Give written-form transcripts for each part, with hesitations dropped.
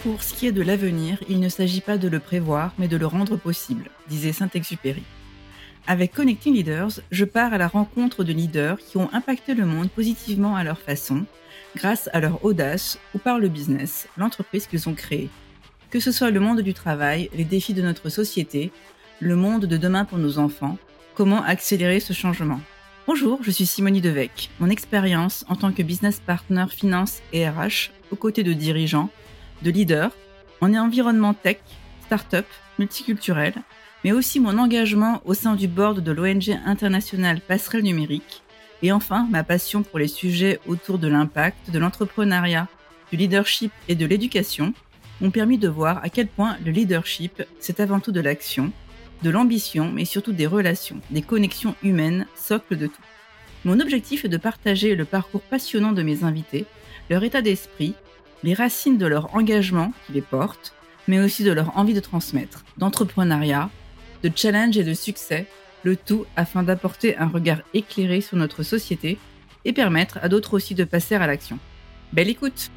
Pour ce qui est de l'avenir, il ne s'agit pas de le prévoir, mais de le rendre possible, disait Saint-Exupéry. Avec Connecting Leaders, je pars à la rencontre de leaders qui ont impacté le monde positivement à leur façon, grâce à leur audace ou par le business, l'entreprise qu'ils ont créée. Que ce soit le monde du travail, les défis de notre société, le monde de demain pour nos enfants, comment accélérer ce changement. Bonjour, je suis Simonie Devecq. Mon expérience en tant que business partner finance et RH, aux côtés de dirigeants, de leaders, en environnement tech, start-up, multiculturel, mais aussi mon engagement au sein du board de l'ONG internationale Passerelle Numérique, et enfin ma passion pour les sujets autour de l'impact, de l'entrepreneuriat, du leadership et de l'éducation, m'ont permis de voir à quel point le leadership, c'est avant tout de l'action, de l'ambition, mais surtout des relations, des connexions humaines, socle de tout. Mon objectif est de partager le parcours passionnant de mes invités, leur état d'esprit, les racines de leur engagement qui les portent, mais aussi de leur envie de transmettre, d'entrepreneuriat, de challenge et de succès, le tout afin d'apporter un regard éclairé sur notre société et permettre à d'autres aussi de passer à l'action. Belle écoute!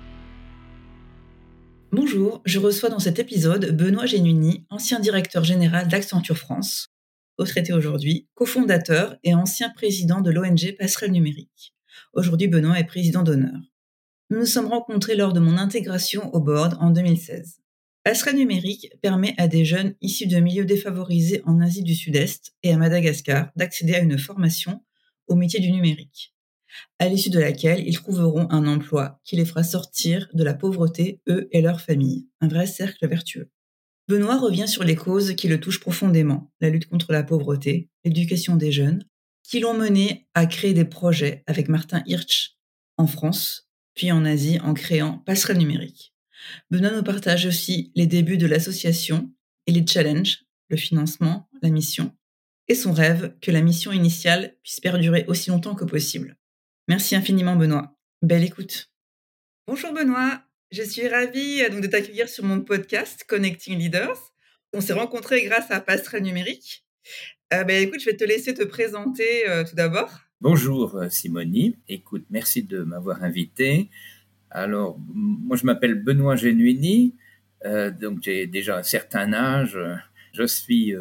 Bonjour, je reçois dans cet épisode Benoît Genuini, ancien directeur général d'Accenture France, retraité aujourd'hui, cofondateur et ancien président de l'ONG Passerelle Numérique. Aujourd'hui, Benoît est président d'honneur. Nous nous sommes rencontrés lors de mon intégration au board en 2016. Passerelle Numérique permet à des jeunes issus de milieux défavorisés en Asie du Sud-Est et à Madagascar d'accéder à une formation au métier du numérique, à l'issue de laquelle ils trouveront un emploi qui les fera sortir de la pauvreté, eux et leurs familles. Un vrai cercle vertueux. Benoît revient sur les causes qui le touchent profondément, la lutte contre la pauvreté, l'éducation des jeunes, qui l'ont mené à créer des projets avec Martin Hirsch en France, puis en Asie en créant Passerelle Numérique. Benoît nous partage aussi les débuts de l'association et les challenges, le financement, la mission, et son rêve que la mission initiale puisse perdurer aussi longtemps que possible. Merci infiniment Benoît. Belle écoute. Bonjour Benoît, je suis ravie de t'accueillir sur mon podcast Connecting Leaders. On s'est rencontrés grâce à Passerelle Numérique. Écoute, je vais te laisser te présenter tout d'abord. Bonjour Simonie, écoute, merci de m'avoir invité. Alors, moi je m'appelle Benoît Genuini, donc j'ai déjà un certain âge. Je suis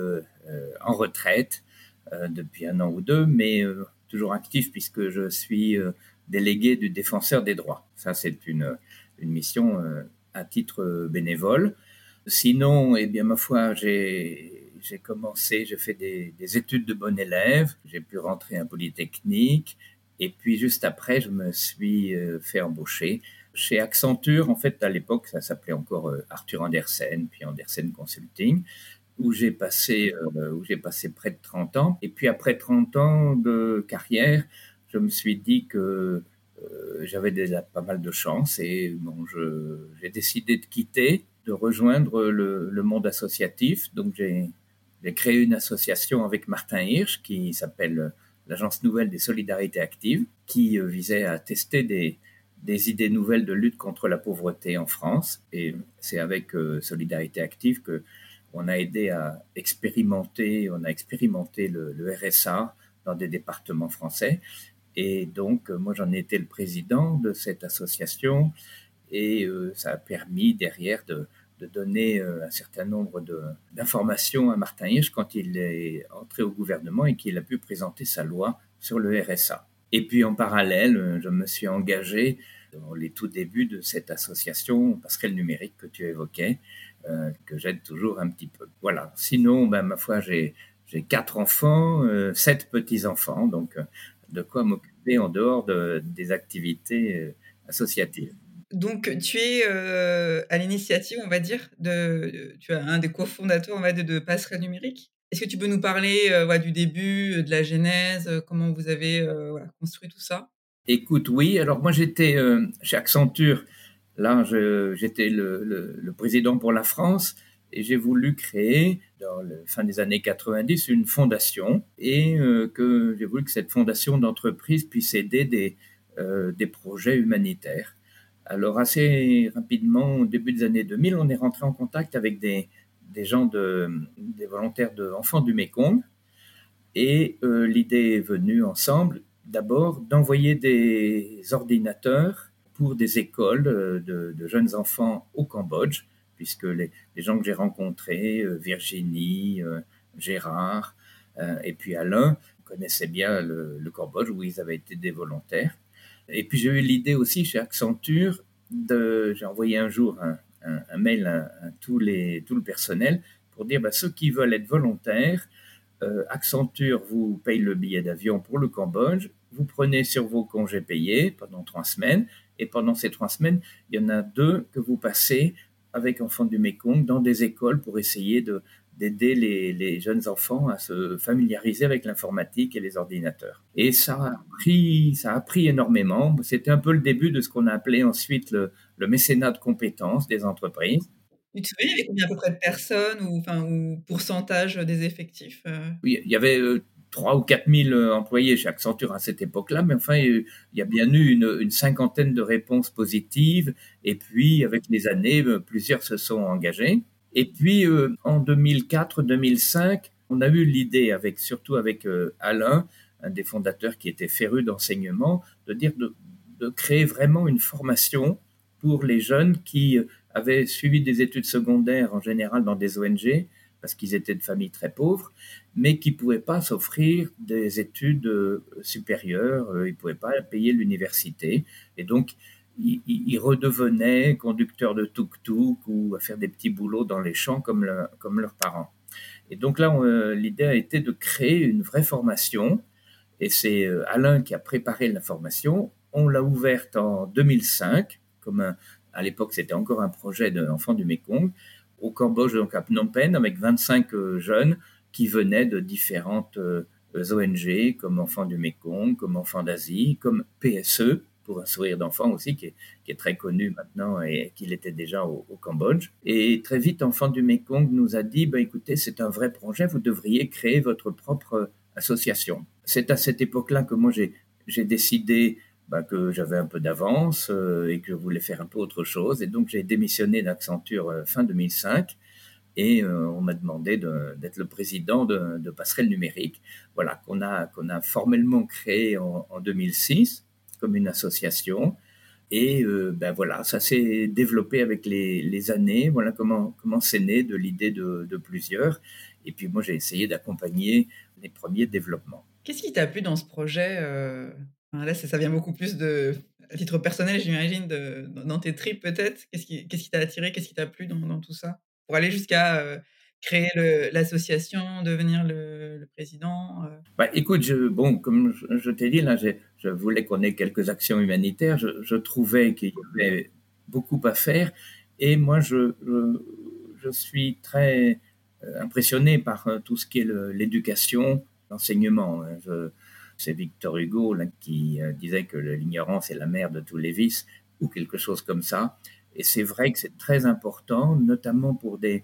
en retraite depuis 1 an ou 2, mais toujours actif puisque je suis délégué du défenseur des droits. Ça, c'est une mission à titre bénévole. Sinon, eh bien, ma foi, j'ai fait des études de bon élève, j'ai pu rentrer à Polytechnique, et puis juste après, je me suis fait embaucher chez Accenture. En fait, à l'époque, ça s'appelait encore Arthur Andersen, puis Andersen Consulting, où j'ai passé près de 30 ans. Et puis après 30 ans de carrière, je me suis dit que j'avais déjà pas mal de chance et bon, j'ai décidé de quitter, de rejoindre le monde associatif. Donc j'ai créé une association avec Martin Hirsch qui s'appelle l'Agence Nouvelle des Solidarités Actives, qui visait à tester des idées nouvelles de lutte contre la pauvreté en France. Et c'est avec Solidarité Active que on a aidé à expérimenter, le RSA dans des départements français. Et donc, moi, j'en ai été le président de cette association et ça a permis derrière de donner un certain nombre d'informations à Martin Hirsch quand il est entré au gouvernement et qu'il a pu présenter sa loi sur le RSA. Et puis, en parallèle, je me suis engagé dans les tout débuts de cette association Passerelle Numérique que tu évoquais, que j'aide toujours un petit peu. Voilà. Sinon, ma foi, j'ai 4 enfants, 7 petits-enfants, donc de quoi m'occuper en dehors des activités associatives. Donc, tu es à l'initiative, on va dire, tu es un des cofondateurs, on va dire, de Passerelle Numérique. Est-ce que tu peux nous parler du début, de la genèse, comment vous avez construit tout ça? Écoute, oui. Alors moi, j'étais chez Accenture. Là, j'étais le président pour la France et j'ai voulu créer, dans la fin des années 90, une fondation et j'ai voulu que cette fondation d'entreprise puisse aider des projets humanitaires. Alors assez rapidement, au début des années 2000, on est rentré en contact avec des volontaires d'enfants du Mékong et l'idée est venue ensemble d'abord d'envoyer des ordinateurs pour des écoles de jeunes enfants au Cambodge puisque les gens que j'ai rencontrés, Virginie, Gérard et puis Alain, connaissaient bien le Cambodge où ils avaient été des volontaires. Et puis j'ai eu l'idée aussi chez Accenture, j'ai envoyé un jour un mail à tout le personnel pour dire ceux qui veulent être volontaires, Accenture vous paye le billet d'avion pour le Cambodge, vous prenez sur vos congés payés pendant 3 semaines, et pendant ces 3 semaines, il y en a 2 que vous passez avec Enfants du Mékong dans des écoles pour essayer d'aider les jeunes enfants à se familiariser avec l'informatique et les ordinateurs. Et ça a pris énormément. C'était un peu le début de ce qu'on a appelé ensuite le mécénat de compétences des entreprises. Tu te souviens, il y avait combien à peu près de personnes ou pourcentage des effectifs Oui, il y avait 3 ou 4 000 employés chez Accenture à cette époque-là, mais enfin, il y a bien eu une cinquantaine de réponses positives, et puis avec les années, plusieurs se sont engagés. Et puis, en 2004-2005, on a eu l'idée, surtout avec Alain, un des fondateurs qui était féru d'enseignement, de créer vraiment une formation pour les jeunes qui avaient suivi des études secondaires, en général dans des ONG, parce qu'ils étaient de familles très pauvres, mais qui ne pouvaient pas s'offrir des études supérieures, ils ne pouvaient pas payer l'université. Et donc, ils redevenaient conducteurs de tuk-tuk ou à faire des petits boulots dans les champs comme leurs parents. Et donc là, l'idée a été de créer une vraie formation, et c'est Alain qui a préparé la formation. On l'a ouverte en 2005, à l'époque c'était encore un projet d'enfants du Mékong, au Cambodge, donc à Phnom Penh, avec 25 jeunes qui venaient de différentes ONG, comme Enfants du Mékong, comme Enfants d'Asie, comme PSE, pour un sourire d'enfant aussi, qui est très connu maintenant et qu'il était déjà au Cambodge. Et très vite, Enfants du Mékong nous a dit, écoutez, c'est un vrai projet, vous devriez créer votre propre association. C'est à cette époque-là que moi, j'ai décidé que j'avais un peu d'avance et que je voulais faire un peu autre chose. Et donc, j'ai démissionné d'Accenture fin 2005 et on m'a demandé d'être le président de Passerelle Numérique, voilà, qu'on a formellement créé en 2006 comme une association. Et voilà, ça s'est développé avec les années. Voilà comment c'est né de l'idée de plusieurs. Et puis moi, j'ai essayé d'accompagner les premiers développements. Qu'est-ce qui t'a plu dans ce projet Là, ça vient beaucoup plus à titre personnel, j'imagine, dans tes tripes peut-être. Qu'est-ce qui t'a attiré? Qu'est-ce qui t'a plu dans tout ça? Pour aller jusqu'à créer l'association, devenir le président Écoute, comme je t'ai dit, là, je voulais qu'on ait quelques actions humanitaires. Je trouvais qu'il y avait beaucoup à faire. Et moi, je suis très impressionné par tout ce qui est l'éducation, l'enseignement. C'est Victor Hugo là, qui disait que l'ignorance est la mère de tous les vices, ou quelque chose comme ça. Et c'est vrai que c'est très important, notamment pour des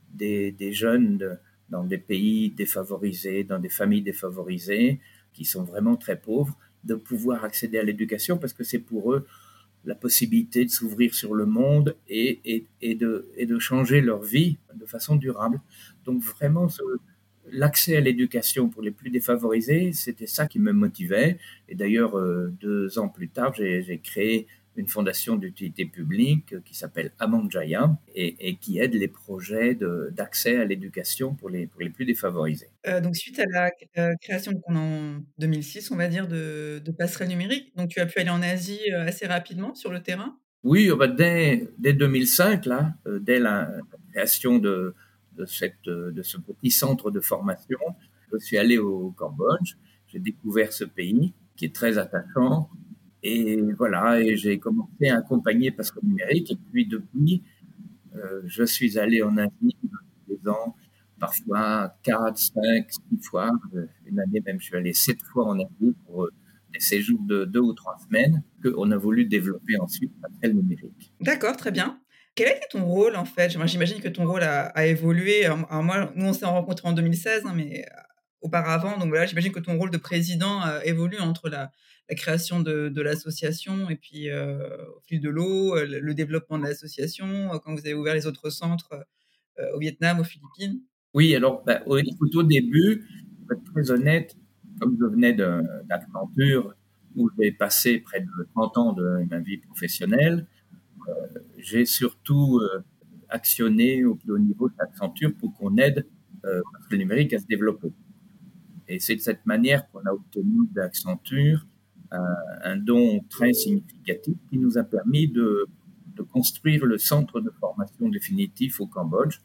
jeunes dans des pays défavorisés, dans des familles défavorisées, qui sont vraiment très pauvres, de pouvoir accéder à l'éducation, parce que c'est pour eux la possibilité de s'ouvrir sur le monde et de changer leur vie de façon durable. Donc vraiment, l'accès à l'éducation pour les plus défavorisés, c'était ça qui me motivait. Et d'ailleurs, 2 ans plus tard, j'ai créé une fondation d'utilité publique qui s'appelle Amanjaya et qui aide les projets d'accès à l'éducation pour les plus défavorisés. Donc suite à la création en 2006, on va dire, de Passerelle Numérique, donc tu as pu aller en Asie assez rapidement sur le terrain? Oui, dès 2005, là, dès la création de ce petit centre de formation, je suis allé au Cambodge, j'ai découvert ce pays qui est très attachant, et voilà, et j'ai commencé à accompagner Passerelle Numérique, et puis depuis, je suis allé en Asie tous les ans, parfois 4, 5, 6 fois. Une année même, je suis allé 7 fois en Asie pour des séjours de 2 ou 3 semaines qu'on a voulu développer ensuite après le numérique. D'accord, très bien. Quel a été ton rôle, en fait? Moi, j'imagine que ton rôle a évolué. Alors moi, nous, on s'est rencontrés en 2016, hein, mais auparavant, donc voilà, j'imagine que ton rôle de président évolue entre la création de l'association et puis, au fil de l'eau, le développement de l'association, quand vous avez ouvert les autres centres, au Vietnam, aux Philippines. Oui, alors, écoute, au début, pour être très honnête, comme je venais d'Accenture, où j'ai passé près de 30 ans de ma vie professionnelle, j'ai surtout actionner au plus haut niveau d'Accenture pour qu'on aide Passerelle Numérique à se développer. Et c'est de cette manière qu'on a obtenu d'Accenture un don très significatif qui nous a permis de construire le centre de formation définitif au Cambodge.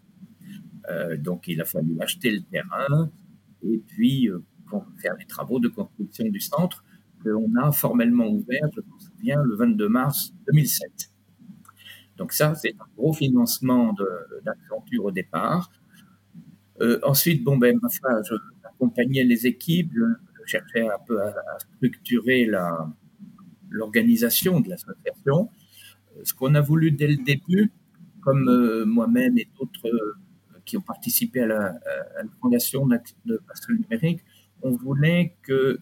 Donc il a fallu acheter le terrain et puis faire les travaux de construction du centre qu'on a formellement ouvert, je me souviens, le 22 mars 2007. Donc ça, c'est un gros financement d'Accenture au départ. Ensuite, j'accompagnais les équipes, je cherchais un peu à structurer l'organisation de l'association. Ce qu'on a voulu dès le début, comme moi-même et d'autres qui ont participé à la fondation de Passerelle Numérique, on voulait que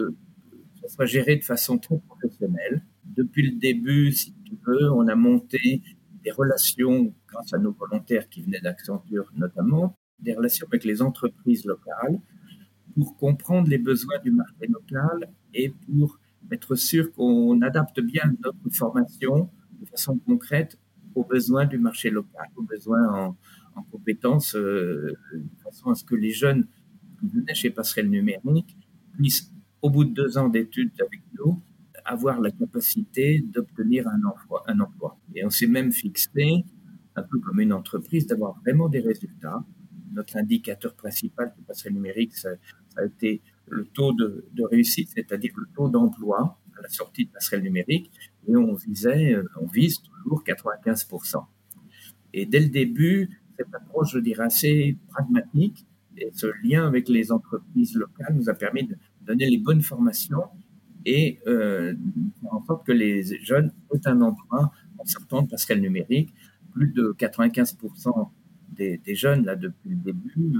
ça soit géré de façon très professionnelle. Depuis le début, si tu veux, on a monté des relations, grâce à nos volontaires qui venaient d'Accenture notamment, des relations avec les entreprises locales pour comprendre les besoins du marché local et pour être sûr qu'on adapte bien notre formation de façon concrète aux besoins du marché local, aux besoins en compétences, de façon à ce que les jeunes qui venaient chez Passerelle Numérique puissent, au bout de 2 ans d'études avec nous, avoir la capacité d'obtenir un emploi. Et on s'est même fixé, un peu comme une entreprise, d'avoir vraiment des résultats. Notre indicateur principal de Passerelle Numérique, ça a été le taux de réussite, c'est-à-dire le taux d'emploi à la sortie de Passerelle Numérique, et on vise toujours 95%. Et dès le début, cette approche, je dirais, assez pragmatique, et ce lien avec les entreprises locales nous a permis de donner les bonnes formations et faire en sorte que les jeunes aient un emploi en sortant de Passerelle Numérique. Plus de 95% des jeunes, là, depuis le début,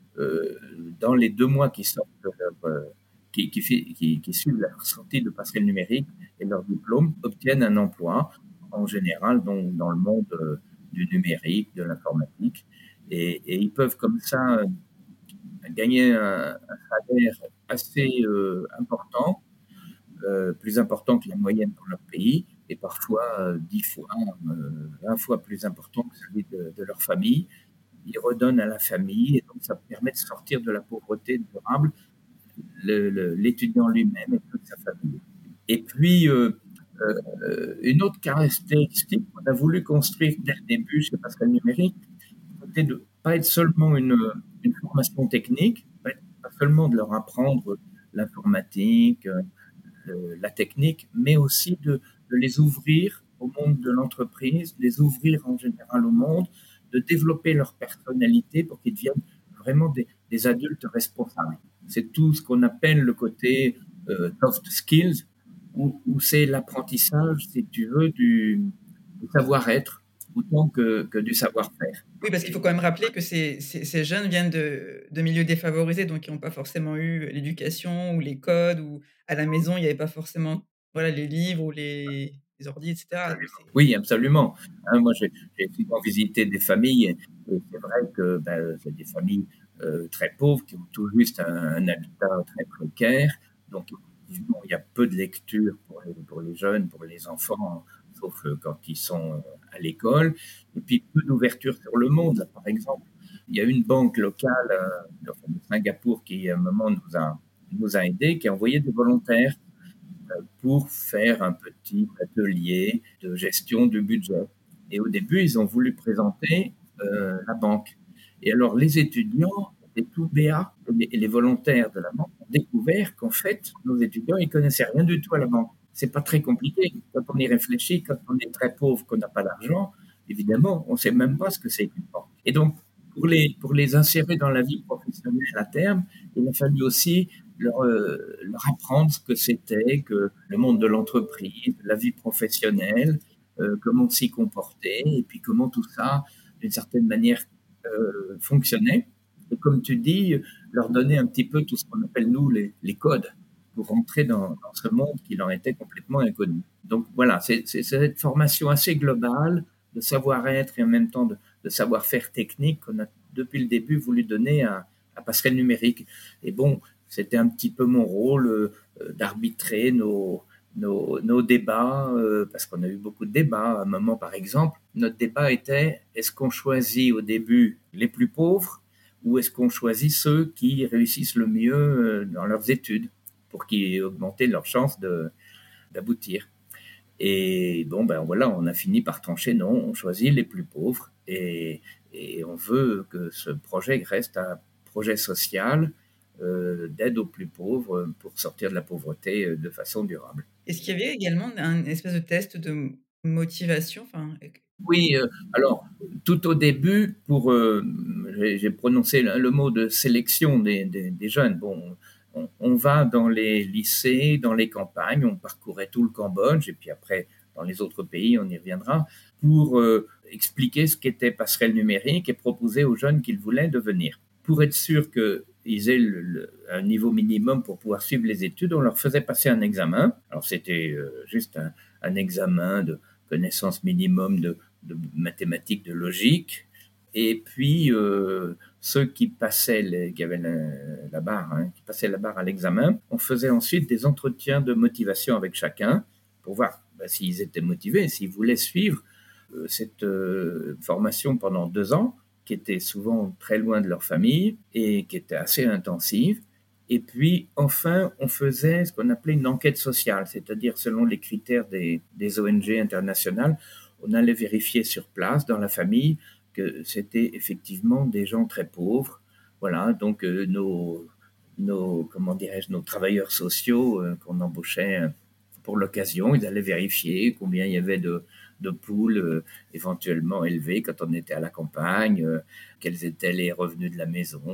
dans les 2 mois qui sortent qui suivent leur sortie de Passerelle Numérique et leur diplôme, obtiennent un emploi, en général dans le monde du numérique, de l'informatique. Et ils peuvent comme ça gagner un salaire assez important, plus important que la moyenne dans leur pays, et parfois 10 fois, 20 fois plus important que celui de leur famille. Ils redonnent à la famille, et donc ça permet de sortir de la pauvreté durable l'étudiant lui-même et toute sa famille. Et puis, une autre caractéristique qu'on a voulu construire dès le début chez Passerelle Numérique, c'était de ne pas être seulement une formation technique, pas seulement de leur apprendre l'informatique, la technique, mais aussi de les ouvrir au monde de l'entreprise, de les ouvrir en général au monde, de développer leur personnalité pour qu'ils deviennent vraiment des adultes responsables. C'est tout ce qu'on appelle le côté soft skills, où c'est l'apprentissage, si tu veux, du savoir-être autant que du savoir-faire. Oui, parce qu'il faut quand même rappeler que ces jeunes viennent de milieux défavorisés, donc ils n'ont pas forcément eu l'éducation ou les codes, ou à la maison, il n'y avait pas forcément voilà, les livres ou les ordi, etc. Oui, absolument. Hein, moi, j'ai souvent visité des familles, et c'est vrai que c'est des familles très pauvres qui ont tout juste un habitat très précaire. Donc, effectivement, il y a peu de lecture pour les jeunes, pour les enfants, sauf quand ils sont à l'école. Et puis, peu d'ouverture sur le monde. Là, par exemple, il y a une banque locale de Singapour qui, à un moment, nous a aidés, qui a envoyé des volontaires pour faire un petit atelier de gestion du budget. Et au début, ils ont voulu présenter la banque. Et alors, les étudiants étaient tout béats, et les volontaires de la banque ont découvert qu'en fait, nos étudiants, ils connaissaient rien du tout à la banque. C'est pas très compliqué. Quand on y réfléchit, quand on est très pauvre, qu'on n'a pas d'argent, évidemment, on sait même pas ce que c'est qu'une banque. Et donc, pour les insérer dans la vie professionnelle à terme, il a fallu aussi leur apprendre ce que c'était que le monde de l'entreprise, la vie professionnelle, comment s'y comporter, et puis comment tout ça, d'une certaine manière, fonctionnait. Et comme tu dis, leur donner un petit peu tout ce qu'on appelle, nous, les codes, pour rentrer dans ce monde qui leur était complètement inconnu. Donc voilà, c'est cette formation assez globale de savoir-être et en même temps de savoir-faire technique qu'on a depuis le début voulu donner à Passerelle Numérique. Et bon, c'était un petit peu mon rôle d'arbitrer nos débats, parce qu'on a eu beaucoup de débats. À un moment, par exemple, notre débat était, est-ce qu'on choisit au début les plus pauvres ou est-ce qu'on choisit ceux qui réussissent le mieux dans leurs études pour qu'ils augmenter leurs chances d'aboutir. Et bon, ben voilà, on a fini par trancher, non, on choisit les plus pauvres et on veut que ce projet reste un projet social d'aide aux plus pauvres pour sortir de la pauvreté de façon durable. Est-ce qu'il y avait également un espèce de test de motivation? Enfin, Oui, alors tout au début, j'ai prononcé le mot de sélection des jeunes. Bon, on va dans les lycées, dans les campagnes, on parcourait tout le Cambodge et puis après dans les autres pays, on y reviendra, pour expliquer ce qu'était Passerelle numérique et proposer aux jeunes qu'ils voulaient devenir. Pour être sûr qu'ils aient un niveau minimum pour pouvoir suivre les études, on leur faisait passer un examen. Alors c'était juste un examen de connaissance minimum de mathématiques, de logique. Et puis, ceux qui passaient, qui avaient la barre, qui passaient la barre à l'examen, on faisait ensuite des entretiens de motivation avec chacun pour voir s'ils étaient motivés, s'ils voulaient suivre cette formation pendant 2 ans, qui était souvent très loin de leur famille et qui était assez intensive. Et puis, enfin, on faisait ce qu'on appelait une enquête sociale, c'est-à-dire selon les critères des ONG internationales, on allait vérifier sur place, dans la famille, que c'était effectivement des gens très pauvres. Voilà, donc comment dirais-je, nos travailleurs sociaux qu'on embauchait pour l'occasion, ils allaient vérifier combien il y avait de poules éventuellement élevées quand on était à la campagne, quels étaient les revenus de la maison,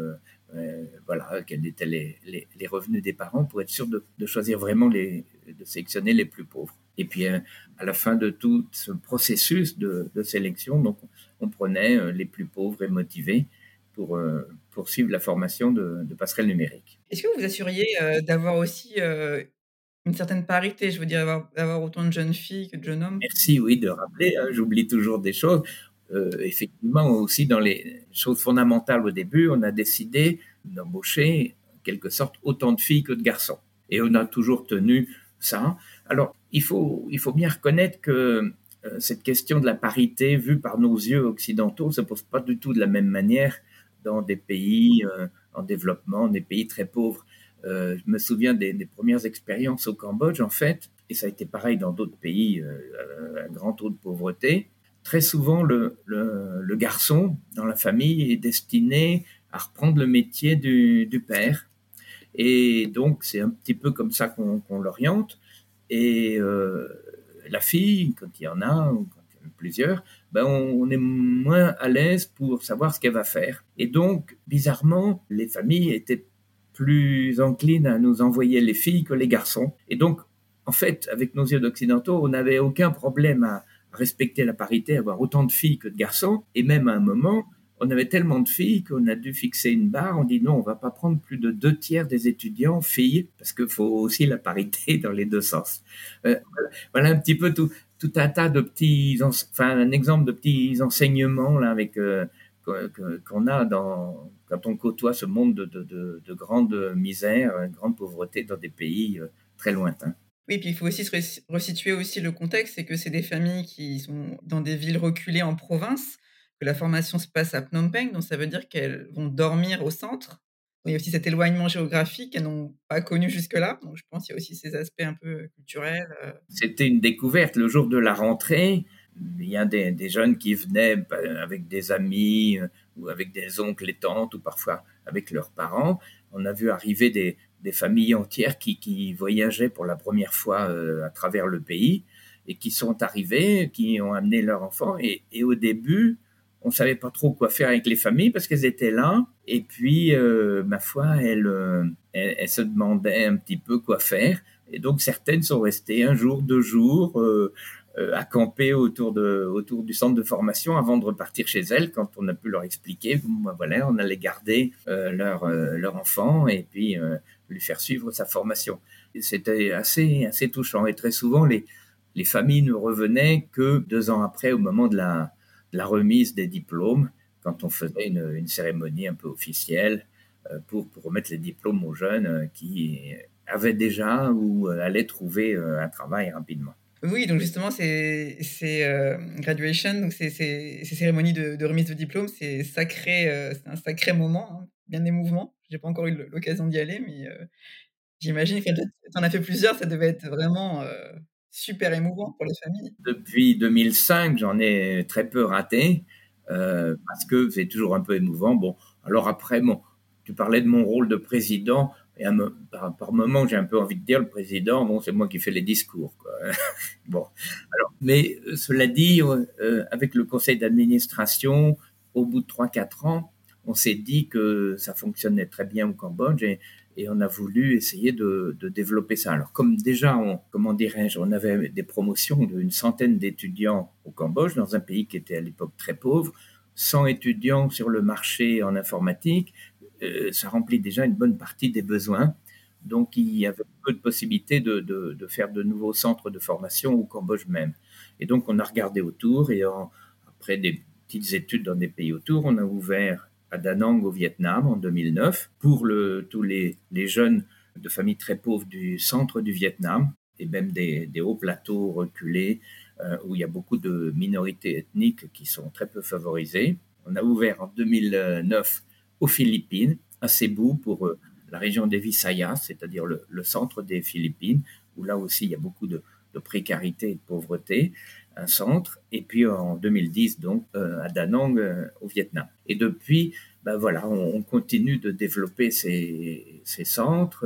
voilà, quels étaient les revenus des parents pour être sûr de choisir vraiment de sélectionner les plus pauvres. Et puis, à la fin de tout ce processus de sélection, donc, on prenait les plus pauvres et motivés pour poursuivre la formation de passerelle numérique. est-ce que vous vous assuriez, d'avoir aussi, une certaine parité? Je veux dire d'avoir autant de jeunes filles que de jeunes hommes? Merci, oui, de rappeler, j'oublie toujours des choses. Effectivement, aussi dans les choses fondamentales au début, on a décidé d'embaucher, en quelque sorte, autant de filles que de garçons. Et on a toujours tenu ça. Alors, il faut bien reconnaître que cette question de la parité, vue par nos yeux occidentaux, ne se pose pas du tout de la même manière dans des pays en développement, des pays très pauvres. Je me souviens des premières expériences au Cambodge, en fait, et ça a été pareil dans d'autres pays, un grand taux de pauvreté. Très souvent, le garçon dans la famille est destiné à reprendre le métier du père. Et donc, c'est un petit peu comme ça qu'on l'oriente. Et la fille, quand il y en a, ou quand il y en a plusieurs, ben on est moins à l'aise pour savoir ce qu'elle va faire. Et donc, bizarrement, les familles étaient plus enclines à nous envoyer les filles que les garçons. Et donc, en fait, avec nos yeux d'occidentaux, on n'avait aucun problème à respecter la parité, avoir autant de filles que de garçons. Et même à un moment, on avait tellement de filles qu'on a dû fixer une barre. On dit non, on va pas prendre plus de 2 tiers des étudiants filles, parce qu'il faut aussi la parité dans les deux sens. Voilà un petit peu tout un tas de enfin un exemple de petits enseignements là avec qu'on a quand on côtoie ce monde de grande misère, grande pauvreté dans des pays très lointains. Oui, puis il faut aussi se resituer aussi le contexte, c'est que c'est des familles qui sont dans des villes reculées en province, que la formation se passe à Phnom Penh, donc ça veut dire qu'elles vont dormir au centre. Il y a aussi cet éloignement géographique qu'elles n'ont pas connu jusque-là, donc je pense qu'il y a aussi ces aspects un peu culturels. C'était une découverte. Le jour de la rentrée, il y a des jeunes qui venaient avec des amis ou avec des oncles et tantes ou parfois avec leurs parents. On a vu arriver des familles entières qui voyageaient pour la première fois à travers le pays et qui sont arrivées, qui ont amené leurs enfants. Et au début, on ne savait pas trop quoi faire avec les familles parce qu'elles étaient là. Et puis, ma foi, elles se demandaient un petit peu quoi faire. Et donc certaines sont restées 1 jour, 2 jours à camper autour du centre de formation avant de repartir chez elles quand on a pu leur expliquer voilà, on allait garder leur enfant et puis lui faire suivre sa formation. Et c'était assez touchant et très souvent les familles ne revenaient que 2 ans après au moment de la remise des diplômes quand on faisait une cérémonie un peu officielle pour remettre les diplômes aux jeunes qui avaient déjà ou allaient trouver un travail rapidement. Oui, donc justement, graduation, donc ces cérémonies de remise de diplôme, c'est un sacré moment, hein, bien émouvant. J'ai pas encore eu l'occasion d'y aller, mais j'imagine que tu en as fait plusieurs, ça devait être vraiment, super émouvant pour les familles. Depuis 2005, j'en ai très peu raté parce que c'est toujours un peu émouvant. Bon, alors après, bon, tu parlais de mon rôle de président. Et par moment, j'ai un peu envie de dire, le président, bon, c'est moi qui fais les discours, quoi. Bon, alors, mais cela dit, avec le conseil d'administration, au bout de 3 4 ans, on s'est dit que ça fonctionnait très bien au Cambodge et on a voulu essayer de développer ça. Alors, comme déjà, comment dirais-je, on avait des promotions d'une centaine d'étudiants au Cambodge, dans un pays qui était à l'époque très pauvre, 100 étudiants sur le marché en informatique, ça remplit déjà une bonne partie des besoins. Donc, il y avait peu de possibilités de faire de nouveaux centres de formation au Cambodge même. Et donc, on a regardé autour et après des petites études dans des pays autour, on a ouvert à Da Nang au Vietnam en 2009 pour tous les jeunes de familles très pauvres du centre du Vietnam et même des hauts plateaux reculés où il y a beaucoup de minorités ethniques qui sont très peu favorisées. On a ouvert en 2009 aux Philippines, à Cebu, pour la région des Visayas, c'est-à-dire le centre des Philippines, où là aussi il y a beaucoup de précarité et de pauvreté, un centre, et puis en 2010, donc, à Da Nang, au Vietnam. Et depuis, ben voilà, on continue de développer ces centres,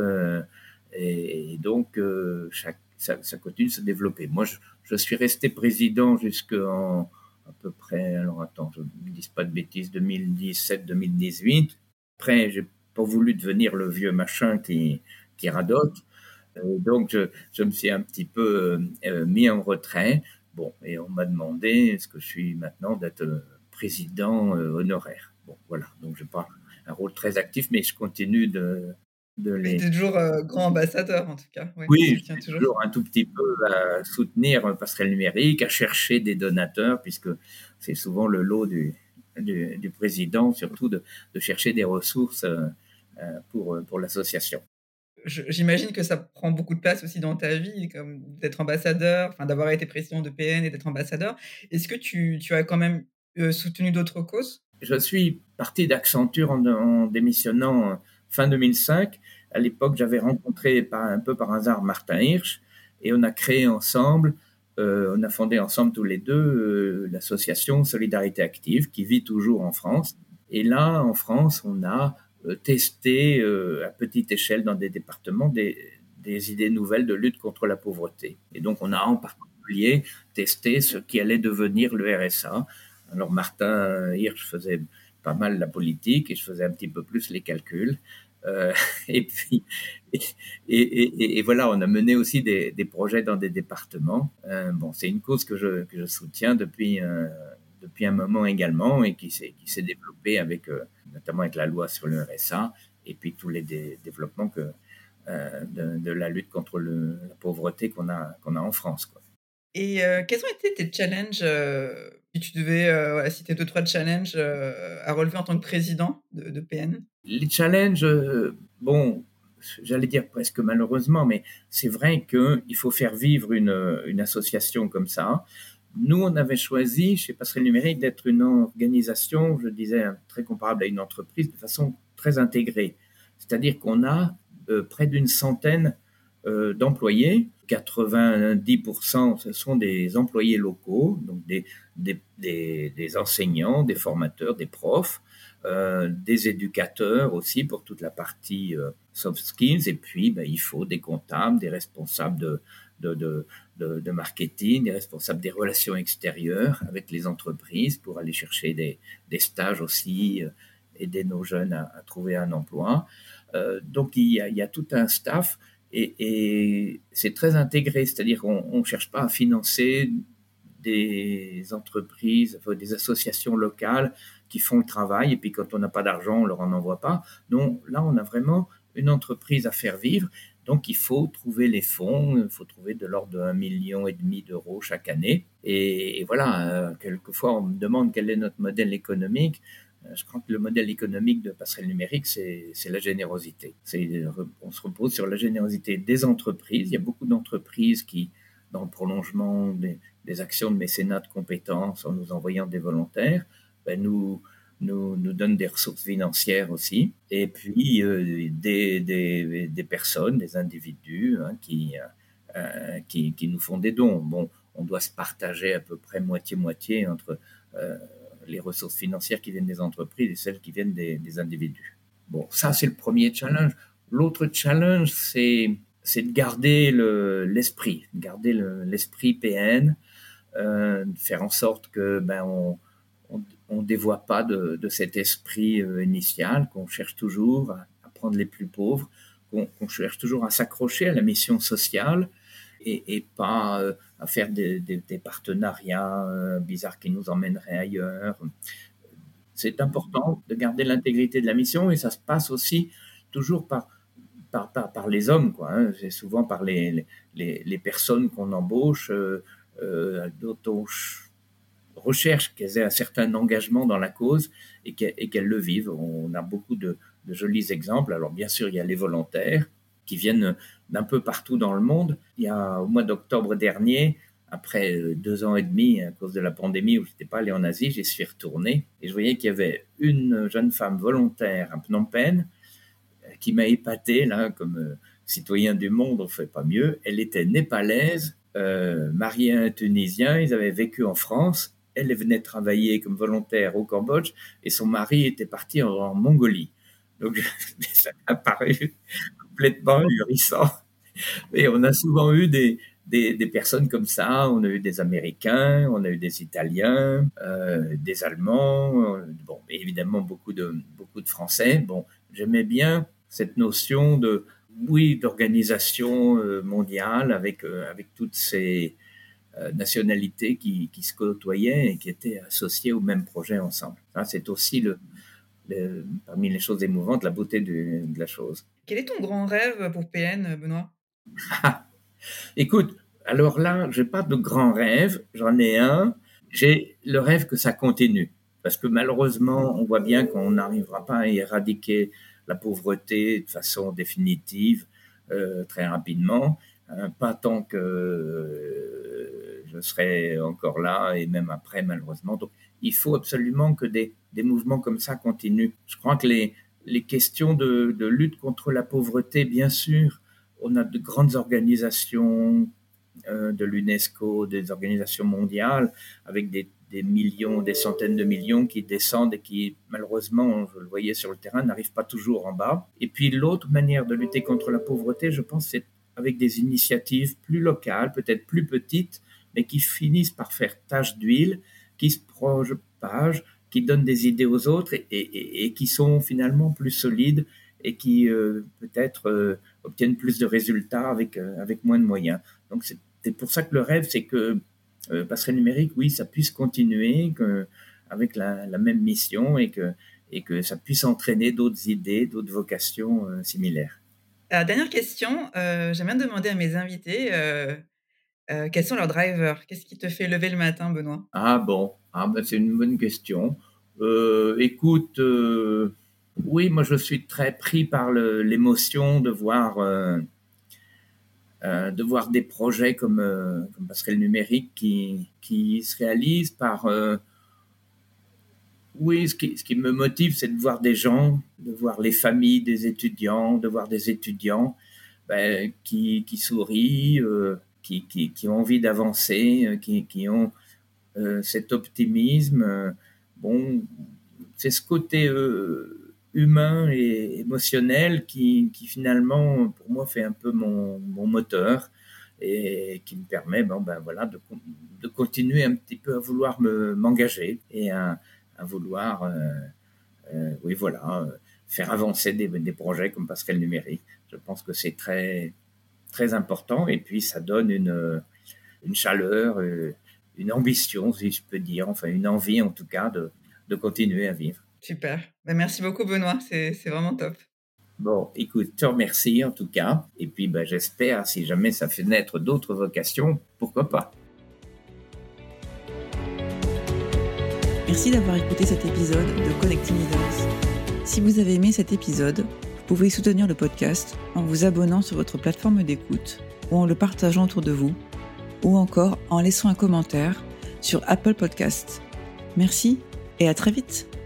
et donc ça continue de se développer. Moi, je suis resté président jusqu'en à peu près, alors attends, je ne dis pas de bêtises, 2017-2018. Après, j'ai pas voulu devenir le vieux machin qui radote. Donc, je me suis un petit peu mis en retrait. Bon, et on m'a demandé, est-ce que je suis maintenant d'être président honoraire. Bon, voilà. Donc, je n'ai pas un rôle très actif, mais je continue de Mais les. tu es toujours, grand ambassadeur en tout cas, ouais, tu Oui, je soutiens suis toujours. toujours un tout petit peu à soutenir Passerelle numérique, à chercher des donateurs, puisque c'est souvent le lot du président, surtout de chercher des ressources pour l'association. J'imagine que ça prend beaucoup de place aussi dans ta vie, comme d'être ambassadeur, enfin d'avoir été président de PN et d'être ambassadeur. Est-ce que tu as quand même, soutenu d'autres causes? Je suis parti d'Accenture en démissionnant fin 2005. À l'époque, j'avais rencontré un peu par hasard Martin Hirsch et on a créé ensemble, on a fondé ensemble tous les deux l'association Solidarité Active qui vit toujours en France. Et là, en France, on a testé à petite échelle dans des départements des idées nouvelles de lutte contre la pauvreté. Et donc, on a en particulier testé ce qui allait devenir le RSA. Alors Martin Hirsch faisait pas mal la politique et je faisais un petit peu plus les calculs. Et puis, et voilà, on a mené aussi des projets dans des départements. Bon, c'est une cause que je soutiens depuis un moment également et qui s'est développée avec, notamment avec la loi sur le RSA et puis tous les développements de la lutte contre la pauvreté qu'on a en France, quoi. Et quels ont été tes challenges, si tu devais, voilà, citer 2-3 challenges, à relever en tant que président de PN? Les challenges, bon, j'allais dire presque malheureusement, mais c'est vrai qu'il faut faire vivre une association comme ça. Nous, on avait choisi chez Passerelle Numérique d'être une organisation, je disais, très comparable à une entreprise de façon très intégrée. C'est-à-dire qu'on a près d'une centaine d'employés. 90%, ce sont des employés locaux, donc des enseignants, des formateurs, des profs, des éducateurs aussi pour toute la partie soft skills. Et puis, ben, il faut des comptables, des responsables de marketing, des responsables des relations extérieures avec les entreprises pour aller chercher des stages aussi, aider nos jeunes à trouver un emploi. Donc, il y a tout un staff et c'est très intégré, c'est-à-dire qu'on ne cherche pas à financer des entreprises, enfin, des associations locales qui font le travail et puis quand on n'a pas d'argent, on leur en envoie pas. Non, là, on a vraiment une entreprise à faire vivre. Donc, il faut trouver les fonds, il faut trouver de l'ordre de 1,5 million d'euros chaque année. Et voilà, quelquefois, on me demande quel est notre modèle économique. Je crois que le modèle économique de Passerelle Numérique, c'est la générosité. On se repose sur la générosité des entreprises. Il y a beaucoup d'entreprises qui, dans le prolongement des actions de mécénat de compétences, en nous envoyant des volontaires, nous donnent des ressources financières aussi. Et puis, des personnes, des individus qui nous font des dons. Bon, on doit se partager à peu près moitié-moitié entre les ressources financières qui viennent des entreprises et celles qui viennent des individus. Bon, ça, c'est le premier challenge. L'autre challenge, c'est de garder l'esprit, garder l'esprit PN, de faire en sorte que on dévoie pas de cet esprit initial, qu'on cherche toujours à prendre les plus pauvres, qu'on cherche toujours à s'accrocher à la mission sociale et pas à faire des partenariats bizarres qui nous emmèneraient ailleurs. C'est important de garder l'intégrité de la mission et ça se passe aussi toujours par les hommes, quoi, hein. C'est souvent par les personnes qu'on embauche, dont on recherche qu'elles aient un certain engagement dans la cause et qu'elles le vivent. On a beaucoup de jolis exemples. Alors bien sûr, il y a les volontaires qui viennent d'un peu partout dans le monde. Il y a au mois d'octobre dernier, après 2 ans et demi à cause de la pandémie où je n'étais pas allé en Asie, j'y suis retourné et je voyais qu'il y avait une jeune femme volontaire à Phnom Penh qui m'a épaté, là, comme citoyen du monde, on ne fait pas mieux. Elle était népalaise, mariée à un Tunisien, ils avaient vécu en France. Elle venait travailler comme volontaire au Cambodge et son mari était parti en Mongolie. Donc, ça m'a paru complètement ahurissant. Et on a souvent eu des personnes comme ça. On a eu des Américains, on a eu des Italiens, des Allemands, bon, évidemment beaucoup de Français. Bon, j'aimais bien cette notion d'organisation mondiale avec toutes ces nationalités qui se côtoyaient et qui étaient associées au même projet ensemble. Ça, c'est aussi parmi les choses émouvantes, la beauté de la chose. Quel est ton grand rêve pour PN, Benoît? Écoute, alors là, j'ai pas de grand rêve, j'en ai un. J'ai le rêve que ça continue. Parce que malheureusement, on voit bien qu'on n'arrivera pas à éradiquer la pauvreté de façon définitive très rapidement. Pas tant que je serai encore là et même après, malheureusement. Donc, il faut absolument que des mouvements comme ça continuent. Je crois que les questions de lutte contre la pauvreté, bien sûr, on a de grandes organisations de l'UNESCO, des organisations mondiales, avec des millions, des centaines de millions qui descendent et qui, malheureusement, je le voyais sur le terrain, n'arrivent pas toujours en bas. Et puis l'autre manière de lutter contre la pauvreté, je pense, c'est avec des initiatives plus locales, peut-être plus petites, mais qui finissent par faire tache d'huile, qui se propagent, qui donnent des idées aux autres et qui sont finalement plus solides et qui peut-être obtiennent plus de résultats avec moins de moyens. Donc c'est pour ça que le rêve, c'est que Passerelle Numérique, oui, ça puisse continuer avec la même mission et que ça puisse entraîner d'autres idées, d'autres vocations similaires. Dernière question, j'aime bien demander à mes invités quels sont leurs drivers? Qu'est-ce qui te fait lever le matin, Benoît? Ah bon, c'est une bonne question. Écoute, oui, moi je suis très pris par l'émotion de voir des projets comme Passerelle Numérique qui se réalisent par... oui, ce qui me motive, c'est de voir des gens, de voir les familles des étudiants, de voir des étudiants qui sourient, qui ont envie d'avancer, qui ont cet optimisme. Bon, c'est ce côté humain et émotionnel qui finalement, pour moi, fait un peu mon moteur et qui me permet voilà, de continuer un petit peu à vouloir m'engager et à vouloir oui, voilà, faire avancer des projets comme Passerelle Numérique. Je pense que c'est très, très important et puis ça donne une chaleur, une ambition, si je peux dire, enfin une envie en tout cas de continuer à vivre. Super. Merci beaucoup, Benoît. C'est vraiment top. Bon, écoute, je te remercie en tout cas. Et puis, j'espère, si jamais ça fait naître d'autres vocations, pourquoi pas. Merci d'avoir écouté cet épisode de Connecting Leaders. Si vous avez aimé cet épisode, vous pouvez soutenir le podcast en vous abonnant sur votre plateforme d'écoute ou en le partageant autour de vous, ou encore en laissant un commentaire sur Apple Podcasts. Merci et à très vite.